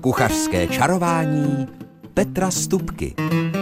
Kuchařské čarování Petra Stupky.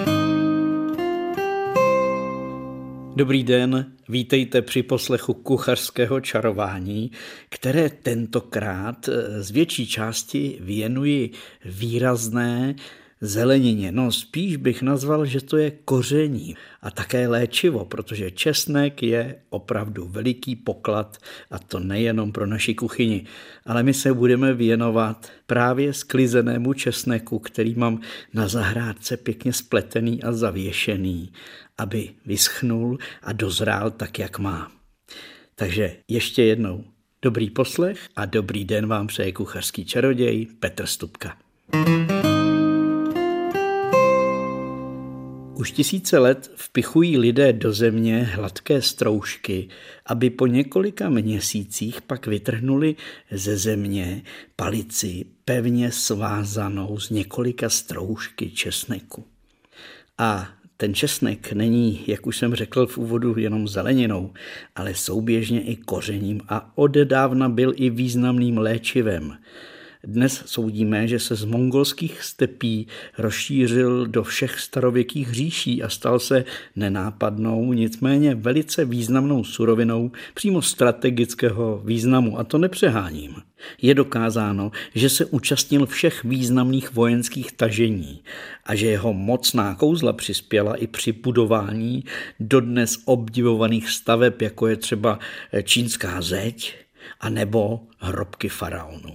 Dobrý den, vítejte při poslechu Kuchařského čarování, které tentokrát z větší části věnuji výrazné zelenině. No spíš bych nazval, že to je koření a také léčivo, protože česnek je opravdu veliký poklad a to nejenom pro naši kuchyni, ale my se budeme věnovat právě sklizenému česneku, který mám na zahrádce pěkně spletený a zavěšený, aby vyschnul a dozrál tak, jak má. Takže ještě jednou dobrý poslech a dobrý den vám přeje kuchařský čaroděj Petr Stupka. Už tisíce let vpichují lidé do země hladké stroužky, aby po několika měsících pak vytrhnuli ze země palici pevně svázanou z několika stroužky česneku. A ten česnek není, jak už jsem řekl v úvodu, jenom zeleninou, ale souběžně i kořením a odedávna byl i významným léčivem. Dnes soudíme, že se z mongolských stepí rozšířil do všech starověkých říší a stal se nenápadnou, nicméně velice významnou surovinou přímo strategického významu, a to nepřeháním. Je dokázáno, že se účastnil všech významných vojenských tažení a že jeho mocná kouzla přispěla i při budování dodnes obdivovaných staveb, jako je třeba čínská zeď a nebo hrobky faraonů.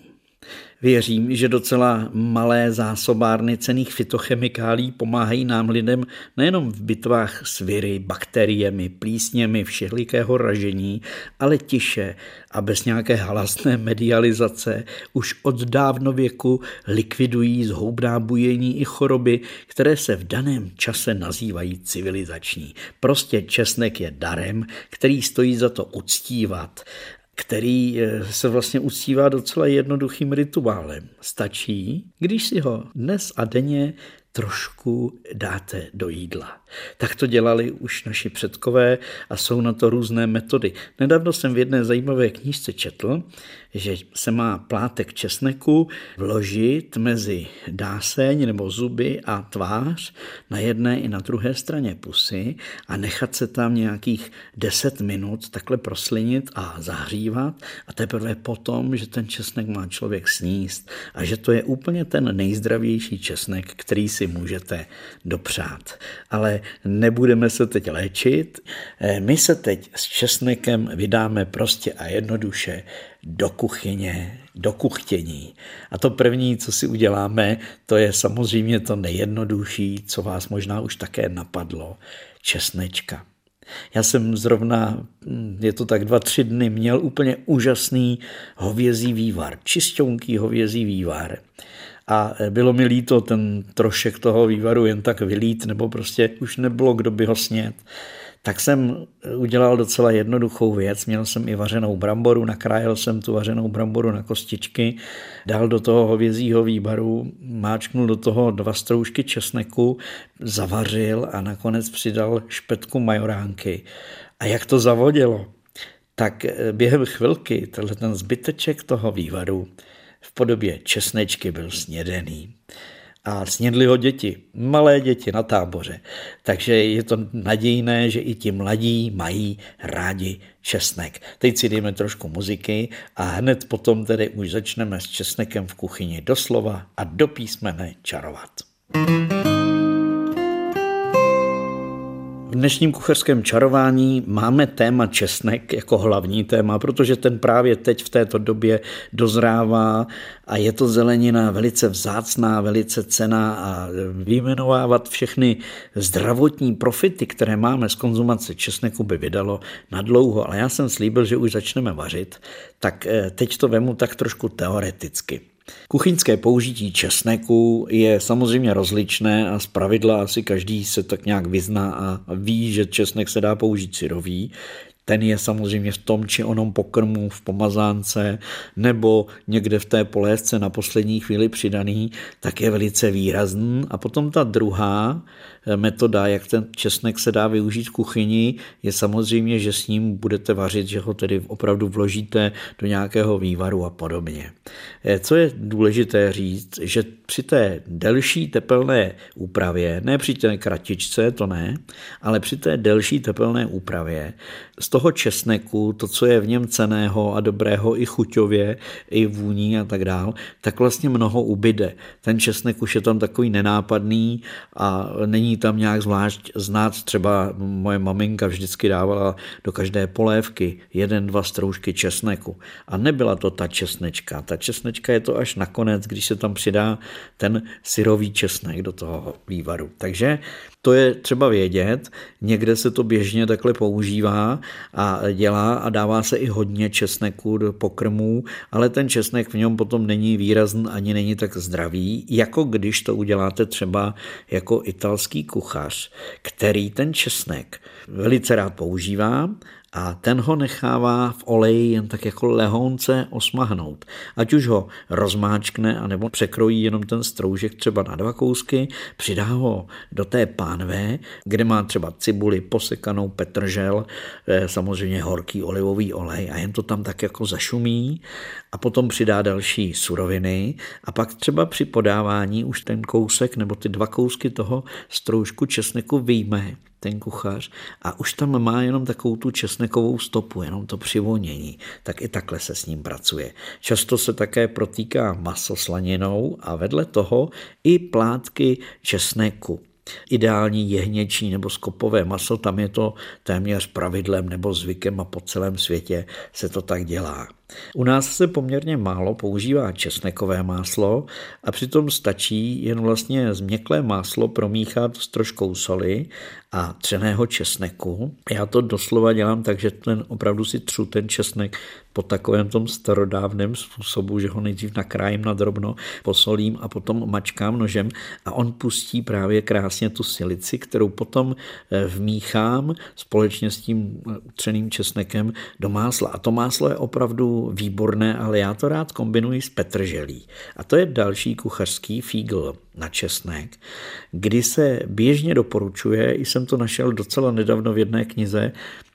Věřím, že docela malé zásobárny cenných fytochemikálí pomáhají nám lidem nejenom v bitvách s viry, bakteriemi, plísněmi všelikého ražení, ale tiše a bez nějaké halasné medializace už od dávnověku likvidují zhoubná bujení i choroby, které se v daném čase nazývají civilizační. Prostě česnek je darem, který stojí za to uctívat, který se vlastně uctívá docela jednoduchým rituálem. Stačí, když si ho dnes a denně trošku dáte do jídla. Tak to dělali už naši předkové a jsou na to různé metody. Nedávno jsem v jedné zajímavé knížce četl, že se má plátek česneku vložit mezi dáseň nebo zuby a tvář na jedné i na druhé straně pusy a nechat se tam nějakých 10 minut takhle proslinit a zahřívat a teprve potom, že ten česnek má člověk sníst a že to je úplně ten nejzdravější česnek, který si můžete dopřát. Ale nebudeme se teď léčit, my se teď s česnekem vydáme prostě a jednoduše do kuchyně, do kuchtění. A to první, co si uděláme, to je samozřejmě to nejjednodušší, co vás možná už také napadlo, česnečka. Já jsem zrovna, je to tak 2-3 dny, měl úplně úžasný hovězí vývar, čisťonký hovězí vývar. A bylo mi líto ten trošek toho vývaru jen tak vylít, nebo prostě už nebylo, kdo by ho snět. Tak jsem udělal docela jednoduchou věc, měl jsem i vařenou bramboru, nakrájel jsem tu vařenou bramboru na kostičky, dal do toho hovězího vývaru, máčknul do toho 2 stroužky česneku, zavařil a nakonec přidal špetku majoránky. A jak to zavodilo, tak během chvilky ten zbyteček toho vývaru v podobě česnečky byl snědený. A snědli ho děti, malé děti na táboře. Takže je to nadějné, že i ti mladí mají rádi česnek. Teď si dejme trošku muziky a hned potom tedy už začneme s česnekem v kuchyni doslova a do písmene čarovat. V dnešním kuchařském čarování máme téma česnek jako hlavní téma, protože ten právě teď v této době dozrává a je to zelenina velice vzácná, velice cenná a vyjmenovávat všechny zdravotní profity, které máme z konzumace česneku, by vydalo nadlouho, ale já jsem slíbil, že už začneme vařit, tak teď to vemu tak trošku teoreticky. Kuchyňské použití česneku je samozřejmě rozličné a zpravidla asi každý se tak nějak vyzná a ví, že česnek se dá použít syrový. Ten je samozřejmě v tom či onom pokrmu, v pomazánce nebo někde v té polévce na poslední chvíli přidaný, tak je velice výrazný. A potom ta druhá metoda, jak ten česnek se dá využít v kuchyni, je samozřejmě, že s ním budete vařit, že ho tedy opravdu vložíte do nějakého vývaru a podobně. Co je důležité říct, že při té delší tepelné úpravě, ne při té kratičce, to ne, ale při té delší tepelné úpravě z toho česneku, to, co je v něm cenného a dobrého i chuťově, i vůní a tak dál, tak vlastně mnoho ubyde. Ten česnek už je tam takový nenápadný a není tam nějak zvlášť znát. Třeba moje maminka vždycky dávala do každé polévky 1-2 stroužky česneku. A nebyla to ta česnečka. Ta česnečka je to až nakonec, když se tam přidá ten syrový česnek do toho vývaru. Takže to je třeba vědět, někde se to běžně takhle používá a dělá a dává se i hodně česneku do pokrmů, ale ten česnek v něm potom není výrazný ani není tak zdravý, jako když to uděláte třeba jako italský kuchař, který ten česnek velice rád používá a ten ho nechává v oleji jen tak jako lehounce osmahnout. Ať už ho rozmáčkne, anebo překrojí jenom ten stroužek třeba na 2 kousky, přidá ho do té pánve, kde má třeba cibuli posekanou, petržel, samozřejmě horký olivový olej a jen to tam tak jako zašumí a potom přidá další suroviny a pak třeba při podávání už ten kousek nebo ty 2 kousky toho stroužku česneku vyjme ten kuchař a už tam má jenom takovou tu česnekovou stopu, jenom to přivonění, tak i takhle se s ním pracuje. Často se také protýká maso slaninou a vedle toho i plátky česneku. Ideální jehněčí nebo skopové maso, tam je to téměř pravidlem nebo zvykem a po celém světě se to tak dělá. U nás se poměrně málo používá česnekové máslo a přitom stačí jen vlastně změklé máslo promíchat s troškou soli a třeného česneku. Já to doslova dělám tak, že opravdu si třu ten česnek po takovém tom starodávném způsobu, že ho nejdřív nakrájím na drobno, posolím a potom mačkám nožem a on pustí právě krásně tu silici, kterou potom vmíchám společně s tím utřeným česnekem do másla. A to máslo je opravdu výborné, ale já to rád kombinuji s petrželí. A to je další kuchařský fígl na česnek, kdy se běžně doporučuje, i jsem to našel docela nedávno v jedné knize,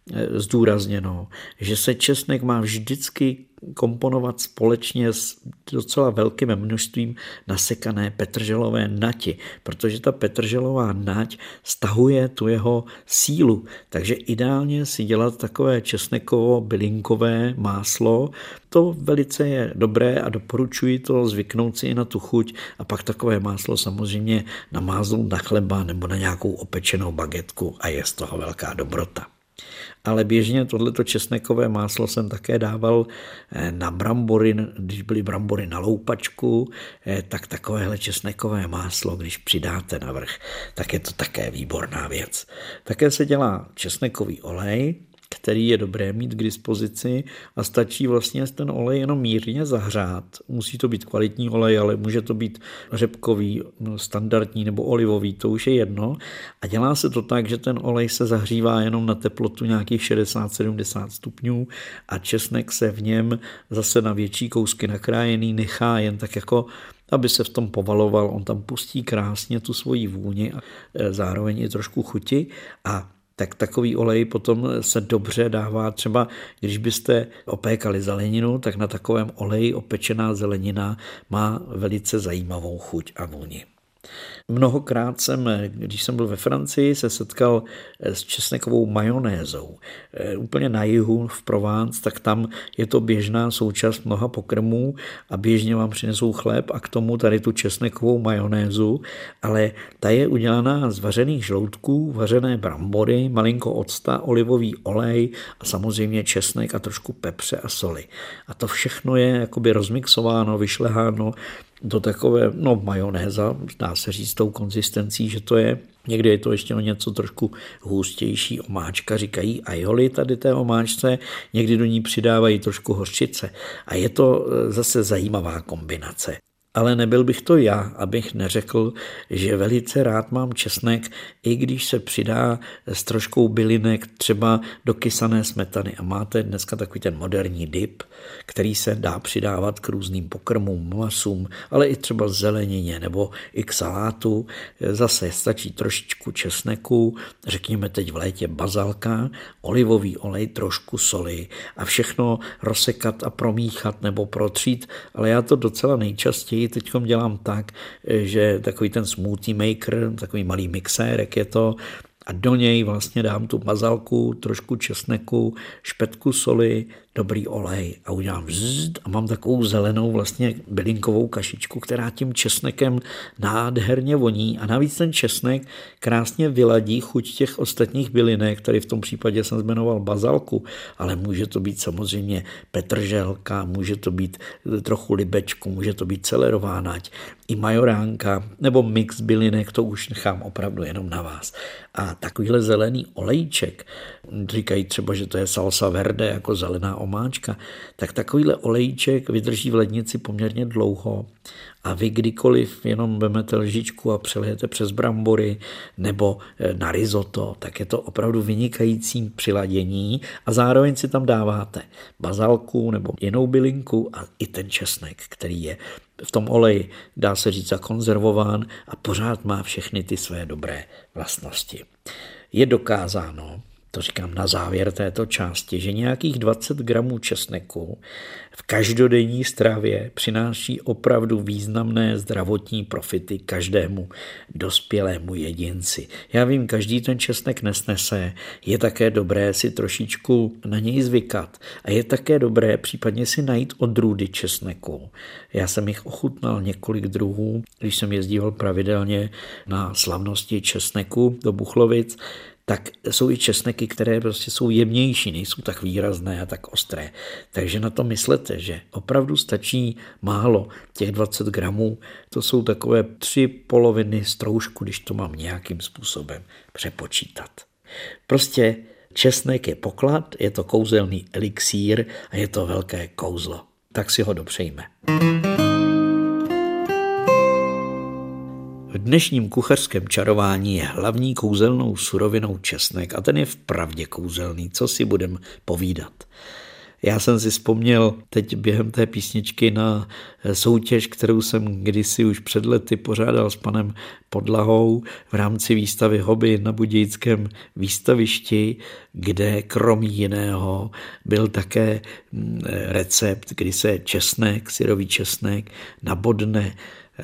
zdůrazněno, že se česnek má vždycky komponovat společně s docela velkým množstvím nasekané petrželové nati, protože ta petrželová nať stahuje tu jeho sílu, takže ideálně si dělat takové česnekovo-bylinkové máslo, to velice je dobré a doporučuji to zvyknout si i na tu chuť a pak takové máslo samozřejmě namáznout na chleba nebo na nějakou opečenou bagetku a je z toho velká dobrota. Ale běžně tohleto česnekové máslo jsem také dával na brambory, když byly brambory na loupačku, tak takovéhle česnekové máslo, když přidáte navrch, tak je to také výborná věc. Také se dělá česnekový olej, který je dobré mít k dispozici a stačí vlastně ten olej jenom mírně zahřát. Musí to být kvalitní olej, ale může to být řepkový, standardní nebo olivový, to už je jedno. A dělá se to tak, že ten olej se zahřívá jenom na teplotu nějakých 60-70 stupňů a česnek se v něm zase na větší kousky nakrájený nechá jen tak jako aby se v tom povaloval. On tam pustí krásně tu svoji vůni a zároveň i trošku chuti a tak takový olej potom se dobře dává třeba, když byste opékali zeleninu, tak na takovém oleji opečená zelenina má velice zajímavou chuť a vůni. Mnohokrát jsem, když jsem byl ve Francii, se setkal s česnekovou majonézou. Úplně na jihu v Provence, tak tam je to běžná součást mnoha pokrmů a běžně vám přinesou chléb a k tomu tady tu česnekovou majonézu, ale ta je udělaná z vařených žloutků, vařené brambory, malinko octa, olivový olej a samozřejmě česnek a trošku pepře a soli. A to všechno je jakoby rozmixováno, vyšleháno do takové, majonéza, dá se říct tou konzistencí, že to je, někdy je to ještě o něco trošku hustější omáčka, říkají aioli tady té omáčce, někdy do ní přidávají trošku hořčice a je to zase zajímavá kombinace. Ale nebyl bych to já, abych neřekl, že velice rád mám česnek, i když se přidá s troškou bylinek třeba do kysané smetany. A máte dneska takový ten moderní dip, který se dá přidávat k různým pokrmům, masům, ale i třeba zelenině nebo i k salátu. Zase stačí trošičku česneku, řekněme teď v létě bazalka, olivový olej, trošku soli a všechno rozsekat a promíchat nebo protřít, ale já to docela nejčastěji teďkom dělám tak, že takový ten smoothie maker, takový malý mixérek je to, a do něj vlastně dám tu bazalku, trošku česneku, špetku soli, dobrý olej a udělám vzd a mám takovou zelenou vlastně bylinkovou kašičku, která tím česnekem nádherně voní a navíc ten česnek krásně vyladí chuť těch ostatních bylinek, tady v tom případě jsem jmenoval bazalku, ale může to být samozřejmě petrželka, může to být trochu libečku, může to být celerová nať, i majoránka nebo mix bylinek, to už nechám opravdu jenom na vás. A takovýhle zelený olejček, říkají třeba, že to je salsa verde jako zelená omáčka, tak takovýhle olejček vydrží v lednici poměrně dlouho a vy kdykoliv jenom vemete lžičku a přelijete přes brambory nebo na risotto, tak je to opravdu vynikající přiladění a zároveň si tam dáváte bazalku nebo jinou bylinku a i ten česnek, který je v tom oleji, dá se říct, zakonzervován a pořád má všechny ty své dobré vlastnosti. Je dokázáno, to říkám na závěr této části, že nějakých 20 gramů česneku v každodenní stravě přináší opravdu významné zdravotní profity každému dospělému jedinci. Já vím, každý ten česnek nesnese, je také dobré si trošičku na něj zvykat a je také dobré případně si najít odrůdy česneku. Já jsem jich ochutnal několik druhů, když jsem jezdíval pravidelně na slavnosti česneku do Buchlovic, tak jsou i česneky, které prostě jsou jemnější, nejsou tak výrazné a tak ostré. Takže na to myslete, že opravdu stačí málo, těch 20 gramů, to jsou takové 3 poloviny stroužku, když to mám nějakým způsobem přepočítat. Prostě česnek je poklad, je to kouzelný elixír a je to velké kouzlo. Tak si ho dopřejme. V dnešním kuchařském čarování je hlavní kouzelnou surovinou česnek a ten je vpravdě kouzelný, co si budem povídat. Já jsem si vzpomněl teď během té písničky na soutěž, kterou jsem kdysi už před lety pořádal s panem Podlahou v rámci výstavy Hobby na Budějickém výstavišti, kde kromě jiného byl také recept, kdy se česnek, syrový česnek nabodne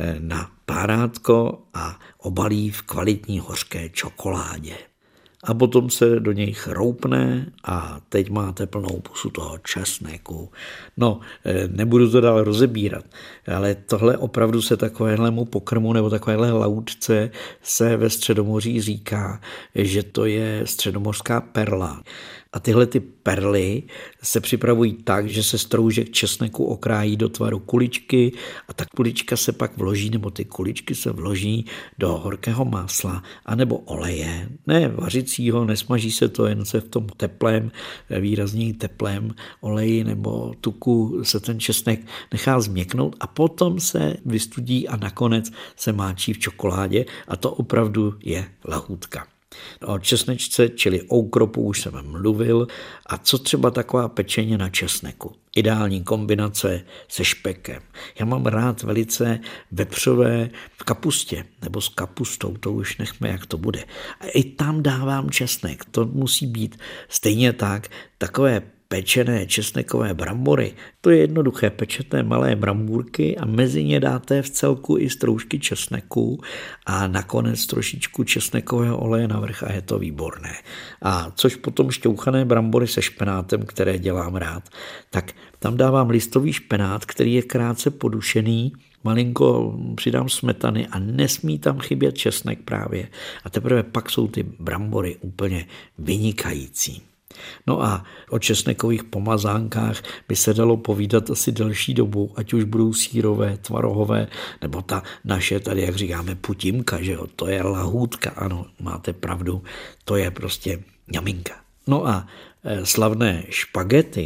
na párátko a obalí v kvalitní hořké čokoládě. A potom se do něj chroupne a teď máte plnou pusu toho česneku. No, nebudu to dál rozebírat, ale tohle opravdu se takovému pokrmu nebo takovéhle lautce se ve Středomoří říká, že to je středomořská perla. A tyhle ty perly se připravují tak, že se stroužek česneku okrájí do tvaru kuličky a ta kulička se pak vloží, nebo ty kuličky se vloží do horkého másla anebo oleje. Ne vařicího, nesmaží se to, jen se v tom teplém, výrazně teplém oleji nebo tuku se ten česnek nechá změknout a potom se vystudí a nakonec se máčí v čokoládě a to opravdu je lahůdka. O česnečce, čili o ukropu, už jsem mluvil. A co třeba taková pečeně na česneku? Ideální kombinace se špekem. Já mám rád velice vepřové v kapustě nebo s kapustou, to už nechme, jak to bude. A i tam dávám česnek, to musí být stejně tak, takové pečené česnekové brambory, to je jednoduché, pečete malé brambůrky a mezi ně dáte v celku i stroužky česneku a nakonec trošičku česnekového oleje navrch a je to výborné. A což potom šťouchané brambory se špenátem, které dělám rád, tak tam dávám listový špenát, který je krátce podušený, malinko přidám smetany a nesmí tam chybět česnek právě. A teprve pak jsou ty brambory úplně vynikající. No a o česnekových pomazánkách by se dalo povídat asi delší dobu, ať už budou sýrové, tvarohové, nebo ta naše tady, jak říkáme, putimka, že jo, to je lahůdka, ano, máte pravdu, to je prostě ňaminka. No a slavné špagety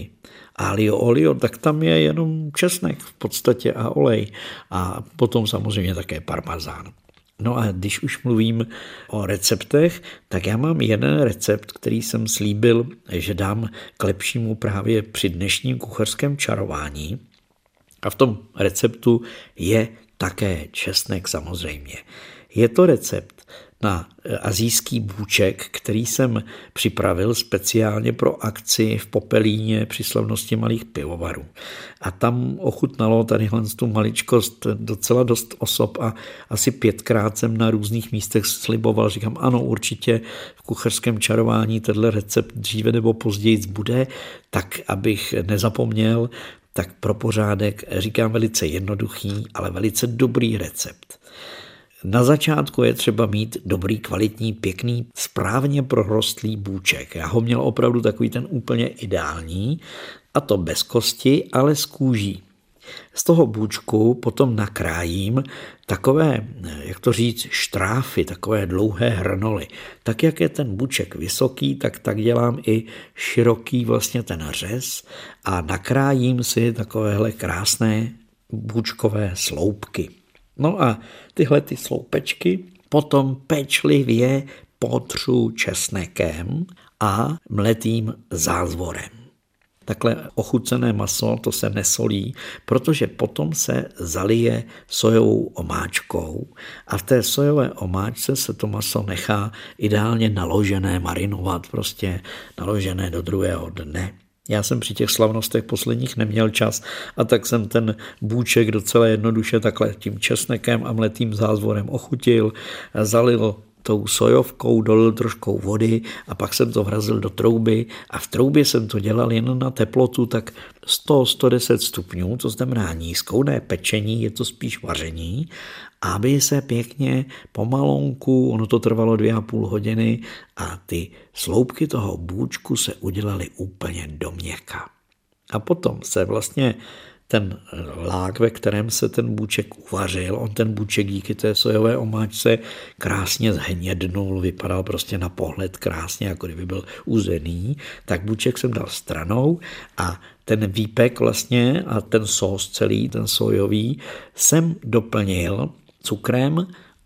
alio olio, tak tam je jenom česnek v podstatě a olej. A potom samozřejmě také parmazán. No a když už mluvím o receptech, tak já mám jeden recept, který jsem slíbil, že dám k lepšímu právě při dnešním kuchařském čarování. A v tom receptu je také česnek samozřejmě. Je to recept na asijský bůček, který jsem připravil speciálně pro akci v Popelíně při slavnosti malých pivovarů. A tam ochutnalo tadyhle tu maličkost docela dost osob a asi 5krát jsem na různých místech sliboval, říkám ano, určitě v kuchařském čarování tenhle recept dříve nebo později bude, tak abych nezapomněl, tak pro pořádek říkám velice jednoduchý, ale velice dobrý recept. Na začátku je třeba mít dobrý, kvalitní, pěkný, správně prorostlý bůček. Já ho měl opravdu takový ten úplně ideální, a to bez kosti, ale s kůží. Z toho bůčku potom nakrájím takové, jak to říct, štráfy, takové dlouhé hrnoly. Tak, jak je ten bůček vysoký, tak dělám i široký vlastně ten řez a nakrájím si takovéhle krásné bůčkové sloupky. No a tyhle ty sloupečky potom pečlivě potřu česnekem a mletým zázvorem. Takhle ochucené maso, to se nesolí, protože potom se zalije sojovou omáčkou a v té sojové omáčce se to maso nechá ideálně naložené marinovat, prostě naložené do druhého dne. Já jsem při těch slavnostech posledních neměl čas a tak jsem ten bůček docela jednoduše takhle tím česnekem a mletým zázvorem ochutil, zalil tou sojovkou, dolil trošku vody a pak jsem to vrazil do trouby a v troubě jsem to dělal jen na teplotu tak 100-110 stupňů, to znamená nízkou, ne pečení, je to spíš vaření, aby se pěkně pomalonku, ono to trvalo 2,5 hodiny a ty sloupky toho bůčku se udělaly úplně do měka. A potom se vlastně ten lák, ve kterém se ten bůček uvařil, on ten bůček díky té sojové omáčce krásně zhnědnul, vypadal prostě na pohled krásně, jako kdyby byl uzený, tak bůček jsem dal stranou a ten výpek vlastně a ten sós celý, ten sojový, jsem doplnil cukrem,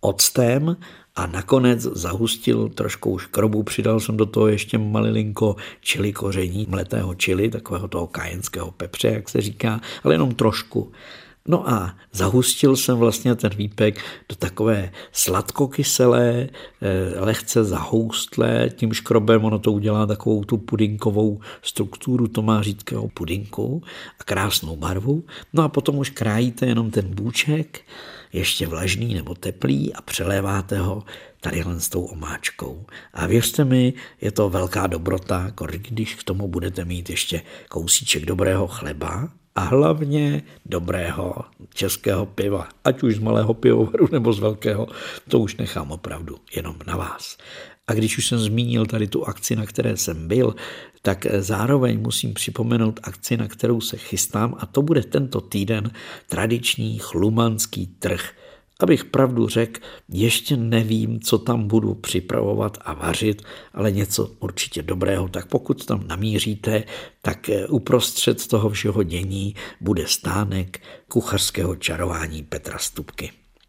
octem a nakonec zahustil trošku škrobu, přidal jsem do toho ještě malilinko čili koření, mletého čili, takového toho kajenského pepře, jak se říká, ale jenom trošku. No a zahustil jsem vlastně ten výpek do takové sladkokyselé, lehce zahoustlé, tím škrobem ono to udělá takovou tu pudinkovou strukturu tomářického pudinku a krásnou barvu. No a potom už krájíte jenom ten bůček, ještě vlažný nebo teplý a přeléváte ho tadyhle s tou omáčkou. A věřte mi, je to velká dobrota, když k tomu budete mít ještě kousíček dobrého chleba a hlavně dobrého českého piva. Ať už z malého pivovaru nebo z velkého, to už nechám opravdu jenom na vás. A když už jsem zmínil tady tu akci, na které jsem byl, tak zároveň musím připomenout akci, na kterou se chystám, a to bude tento týden tradiční chlumanský trh. Abych pravdu řekl, ještě nevím, co tam budu připravovat a vařit, ale něco určitě dobrého. Tak pokud tam namíříte, tak uprostřed toho všeho dění bude stánek kuchařského čarování Petra Stupky.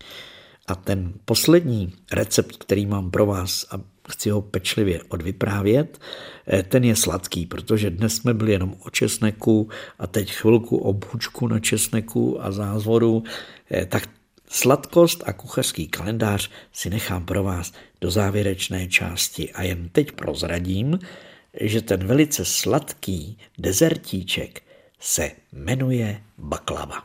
A ten poslední recept, který mám pro vás a chci ho pečlivě odvyprávět, ten je sladký, protože dnes jsme byli jenom o česneku a teď chvilku o bůčku na česneku a zázvoru, tak sladkost a kuchařský kalendář si nechám pro vás do závěrečné části a jen teď prozradím, že ten velice sladký dezertíček se jmenuje baklava.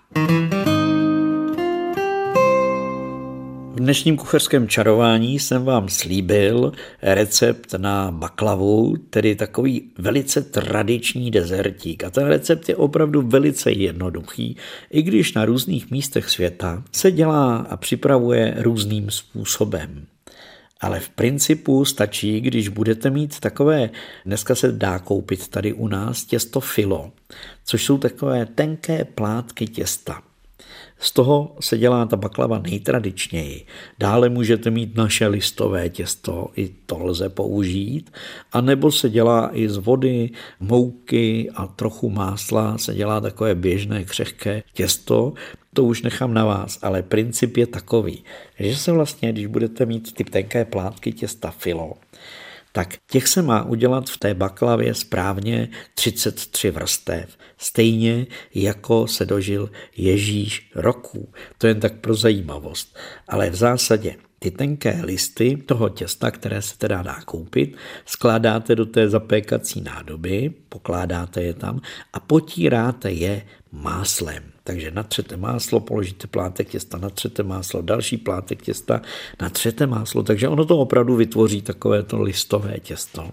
V dnešním kuchařském čarování jsem vám slíbil recept na baklavu, tedy takový velice tradiční dezertík. A ten recept je opravdu velice jednoduchý, i když na různých místech světa se dělá a připravuje různým způsobem. Ale v principu stačí, když budete mít takové, dneska se dá koupit tady u nás těsto filo, což jsou takové tenké plátky těsta. Z toho se dělá ta baklava nejtradičněji. Dále můžete mít naše listové těsto, i to lze použít. A nebo se dělá i z vody, mouky a trochu másla se dělá takové běžné křehké těsto. To už nechám na vás, ale princip je takový, že se vlastně, když budete mít ty tenké plátky těsta filo, tak těch se má udělat v té baklavě správně 33 vrstev. Stejně jako se dožil Ježíš roků. To jen tak pro zajímavost. Ale v zásadě ty tenké listy toho těsta, které se teda dá koupit, skládáte do té zapékací nádoby, pokládáte je tam a potíráte je máslem. Takže natřete máslo, položíte plátek těsta, natřete máslo, další plátek těsta, natřete máslo, takže ono to opravdu vytvoří takovéto listové těsto.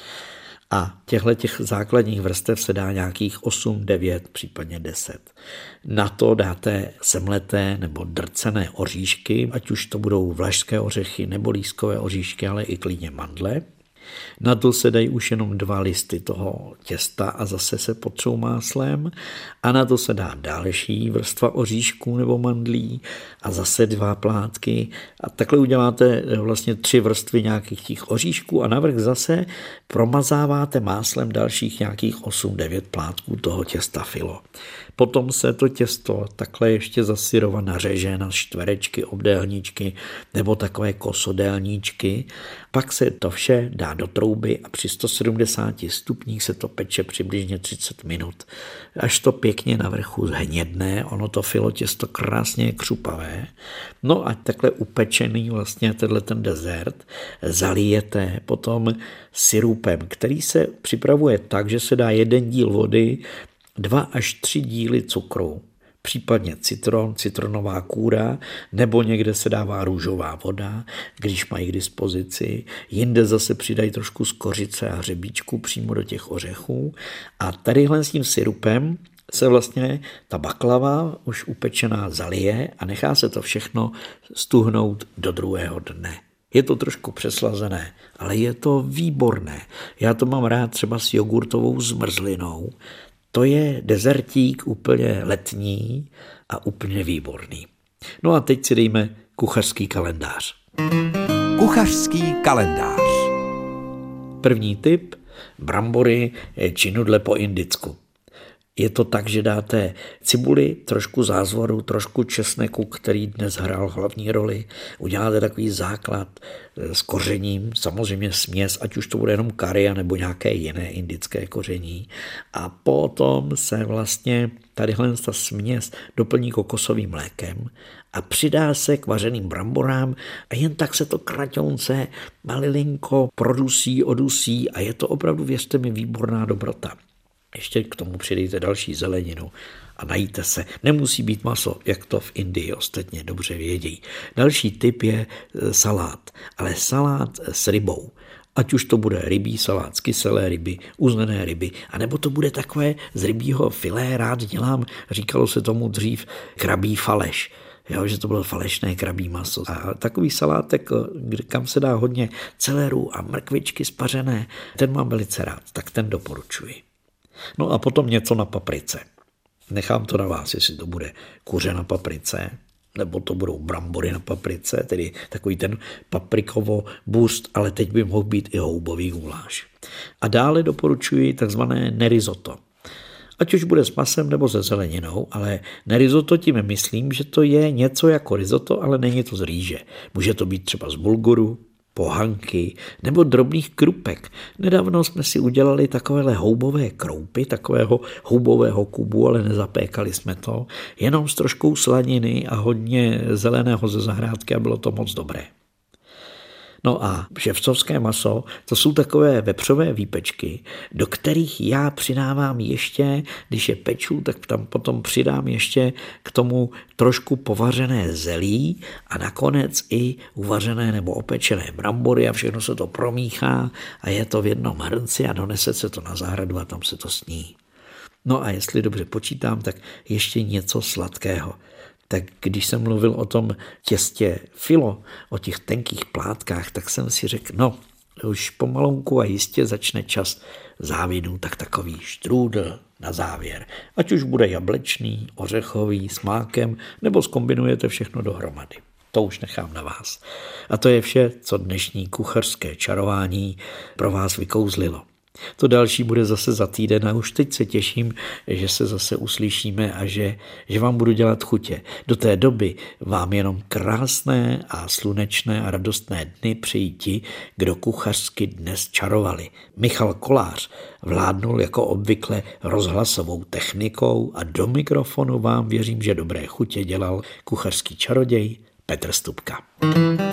A těch základních vrstev se dá nějakých 8, 9, případně 10. Na to dáte semleté nebo drcené oříšky, ať už to budou vlašské ořechy nebo lískové oříšky, ale i klidně mandle. Na to se dají už jenom 2 listy toho těsta a zase se potřou máslem a na to se dá další vrstva oříšků nebo mandlí a zase 2 plátky a takhle uděláte vlastně 3 vrstvy nějakých těch oříšků a navrch zase promazáváte máslem dalších nějakých 8-9 plátků toho těsta filo. Potom se to těsto takhle ještě zasyrované řeže na čtverečky, obdélníčky nebo takové kosodélníčky. Pak se to vše dá do trouby a při 170 stupních se to peče přibližně 30 minut. Až to pěkně na vrchu zhnědne, ono to filo těsto krásně je křupavé. No a takhle upečený vlastně ten dezert zalijete potom sirupem, který se připravuje tak, že se dá 1 díl vody, 2 až 3 díly cukru, případně citron, citronová kůra, nebo někde se dává růžová voda, když mají k dispozici. Jinde zase přidají trošku z kořice a hřebíčku přímo do těch ořechů. A tadyhle s tím sirupem se vlastně ta baklava už upečená zalije a nechá se to všechno stuhnout do druhého dne. Je to trošku přeslazené, ale je to výborné. Já to mám rád třeba s jogurtovou zmrzlinou. To je dezertík úplně letní a úplně výborný. No a teď si dejme kuchařský kalendář. Kuchařský kalendář. První tip, brambory či nudle po indicku. Je to tak, že dáte cibuli, trošku zázvoru, trošku česneku, který dnes hrál hlavní roli. Uděláte takový základ s kořením, samozřejmě směs, ať už to bude jenom kari nebo nějaké jiné indické koření. A potom se vlastně tadyhle ta směs doplní kokosovým mlékem a přidá se k vařeným bramborám a jen tak se to kraťonce malilinko odusí a je to opravdu, věřte mi, výborná dobrota. Ještě k tomu přidejte další zeleninu a najíte se. Nemusí být maso, jak to v Indii ostatně dobře vědí. Další tip je salát, ale salát s rybou. Ať už to bude rybí salát z kyselé ryby, uzené ryby, anebo to bude takové z rybího filé, rád dělám, říkalo se tomu dřív krabí faleš. Jo, že to bylo falešné krabí maso. A takový salátek, kam se dá hodně celeru a mrkvičky spařené, ten mám velice rád, tak ten doporučuji. No a potom něco na paprice. Nechám to na vás, jestli to bude kuře na paprice, nebo to budou brambory na paprice, tedy takový ten paprikovo burst, ale teď by mohl být i houbový guláš. A dále doporučuji takzvané nerisotto. Ať už bude s masem nebo se zeleninou, ale nerisotto tím myslím, že to je něco jako risotto, ale není to z rýže. Může to být třeba z bulguru, pohanky nebo drobných krupek. Nedávno jsme si udělali takovéhle houbové kroupy, takového houbového kubu, ale nezapékali jsme to, jenom s troškou slaniny a hodně zeleného ze zahrádky a bylo to moc dobré. No a ševcovské maso, to jsou takové vepřové výpečky, do kterých já přidávám ještě, když je peču, tak tam potom přidám ještě k tomu trošku povařené zelí a nakonec i uvařené nebo opečené brambory a všechno se to promíchá a je to v jednom hrnci a donese se to na zahradu a tam se to sní. No a jestli dobře počítám, tak ještě něco sladkého. Tak když jsem mluvil o tom těstě filo, o těch tenkých plátkách, tak jsem si řekl, no, Už pomalonku a jistě začne čas závidu, tak takový štrůdl na závěr. Ať už bude jablečný, ořechový, s mákem, nebo zkombinujete všechno dohromady. To už nechám na vás. A to je vše, co dnešní kuchařské čarování pro vás vykouzlilo. To další bude zase za týden a už teď se těším, že se zase uslyšíme a že vám budu dělat chutě. Do té doby vám jenom krásné a slunečné a radostné dny přejí ti, kdo kuchařsky dnes čarovali. Michal Kolář vládnul jako obvykle rozhlasovou technikou a do mikrofonu vám věřím, že dobré chutě dělal kuchařský čaroděj Petr Stupka.